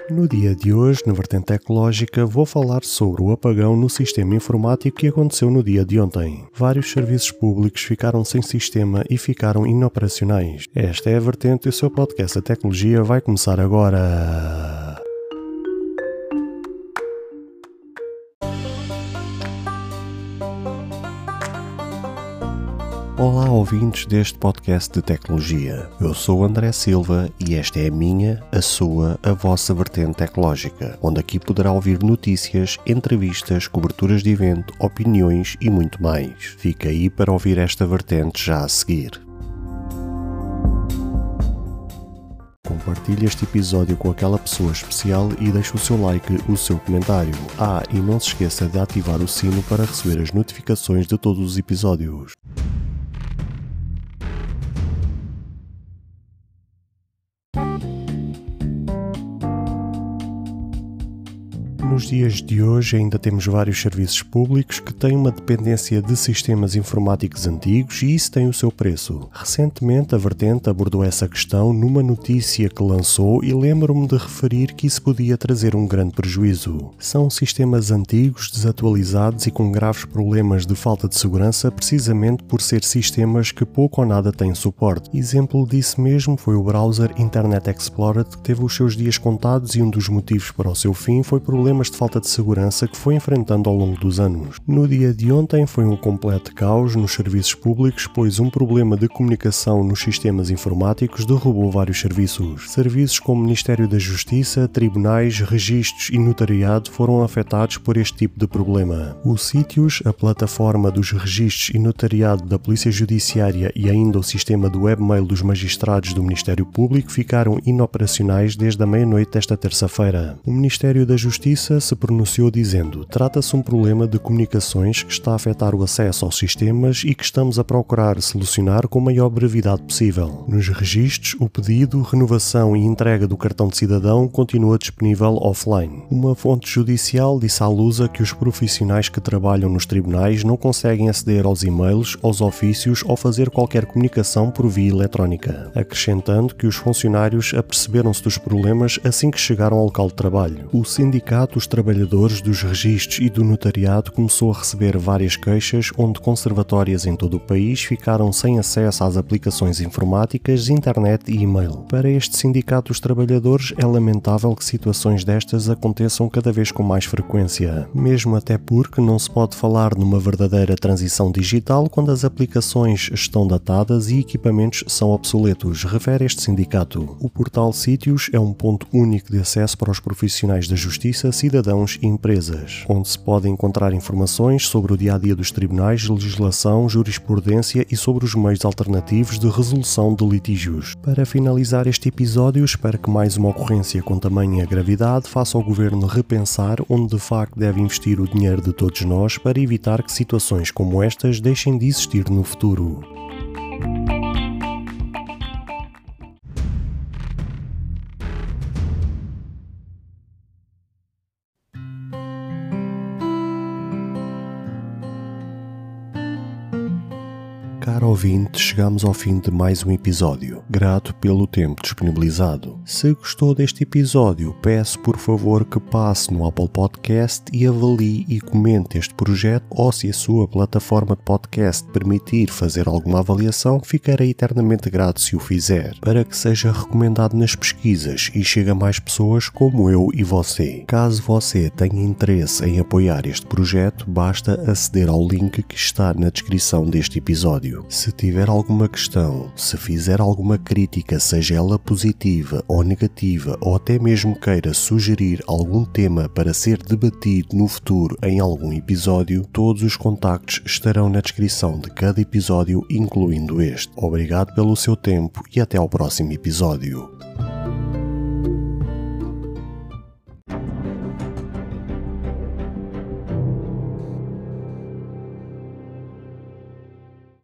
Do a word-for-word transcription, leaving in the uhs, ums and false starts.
No dia de hoje, na vertente tecnológica, vou falar sobre o apagão no sistema informático que aconteceu no dia de ontem. Vários serviços públicos ficaram sem sistema e ficaram inoperacionais. Esta é a vertente e o seu podcast da tecnologia vai começar agora. Olá, ouvintes deste podcast de tecnologia. Eu sou o André Silva e esta é a minha, a sua, a vossa vertente tecnológica, onde aqui poderá ouvir notícias, entrevistas, coberturas de evento, opiniões e muito mais. Fica aí para ouvir esta vertente já a seguir. Compartilhe este episódio com aquela pessoa especial e deixe o seu like, o seu comentário. Ah, e não se esqueça de ativar o sino para receber as notificações de todos os episódios. Nos dias de hoje ainda temos vários serviços públicos que têm uma dependência de sistemas informáticos antigos e isso tem o seu preço. Recentemente a Vertente abordou essa questão numa notícia que lançou e lembro-me de referir que isso podia trazer um grande prejuízo. São sistemas antigos, desatualizados e com graves problemas de falta de segurança precisamente por ser sistemas que pouco ou nada têm suporte. Exemplo disso mesmo foi o browser Internet Explorer que teve os seus dias contados e um dos motivos para o seu fim foi problemas de falta de segurança que foi enfrentando ao longo dos anos. No dia de ontem foi um completo caos nos serviços públicos, pois um problema de comunicação nos sistemas informáticos derrubou vários serviços. Serviços como Ministério da Justiça, tribunais, registros e notariado foram afetados por este tipo de problema. Os sítios, a plataforma dos registros e notariado da Polícia Judiciária e ainda o sistema do webmail dos magistrados do Ministério Público ficaram inoperacionais desde a meia-noite desta terça-feira. O Ministério da Justiça se pronunciou dizendo: trata-se de um problema de comunicações que está a afetar o acesso aos sistemas e que estamos a procurar solucionar com a maior brevidade possível. Nos registros, o pedido, renovação e entrega do cartão de cidadão continua disponível offline. Uma fonte judicial disse à Lusa que os profissionais que trabalham nos tribunais não conseguem aceder aos e-mails, aos ofícios ou fazer qualquer comunicação por via eletrónica, acrescentando que os funcionários aperceberam-se dos problemas assim que chegaram ao local de trabalho. O sindicato Os trabalhadores dos registros e do notariado começou a receber várias queixas onde conservatórias em todo o país ficaram sem acesso às aplicações informáticas, internet e e-mail. Para este sindicato dos trabalhadores é lamentável que situações destas aconteçam cada vez com mais frequência, mesmo até porque não se pode falar numa verdadeira transição digital quando as aplicações estão datadas e equipamentos são obsoletos, refere este sindicato. O portal Sítios é um ponto único de acesso para os profissionais da justiça, cidadãos e empresas, onde se pode encontrar informações sobre o dia-a-dia dos tribunais, legislação, jurisprudência e sobre os meios alternativos de resolução de litígios. Para finalizar este episódio, espero que mais uma ocorrência com tamanha gravidade faça o governo repensar onde de facto deve investir o dinheiro de todos nós para evitar que situações como estas deixem de existir no futuro. Caro ouvinte, chegamos ao fim de mais um episódio. Grato pelo tempo disponibilizado. Se gostou deste episódio, peço por favor que passe no Apple Podcast e avalie e comente este projeto, ou se a sua plataforma de podcast permitir fazer alguma avaliação, ficarei eternamente grato se o fizer, para que seja recomendado nas pesquisas e chegue a mais pessoas como eu e você. Caso você tenha interesse em apoiar este projeto, basta aceder ao link que está na descrição deste episódio. Se tiver alguma questão, se fizer alguma crítica, seja ela positiva ou negativa, ou até mesmo queira sugerir algum tema para ser debatido no futuro em algum episódio, todos os contactos estarão na descrição de cada episódio, incluindo este. Obrigado pelo seu tempo e até ao próximo episódio.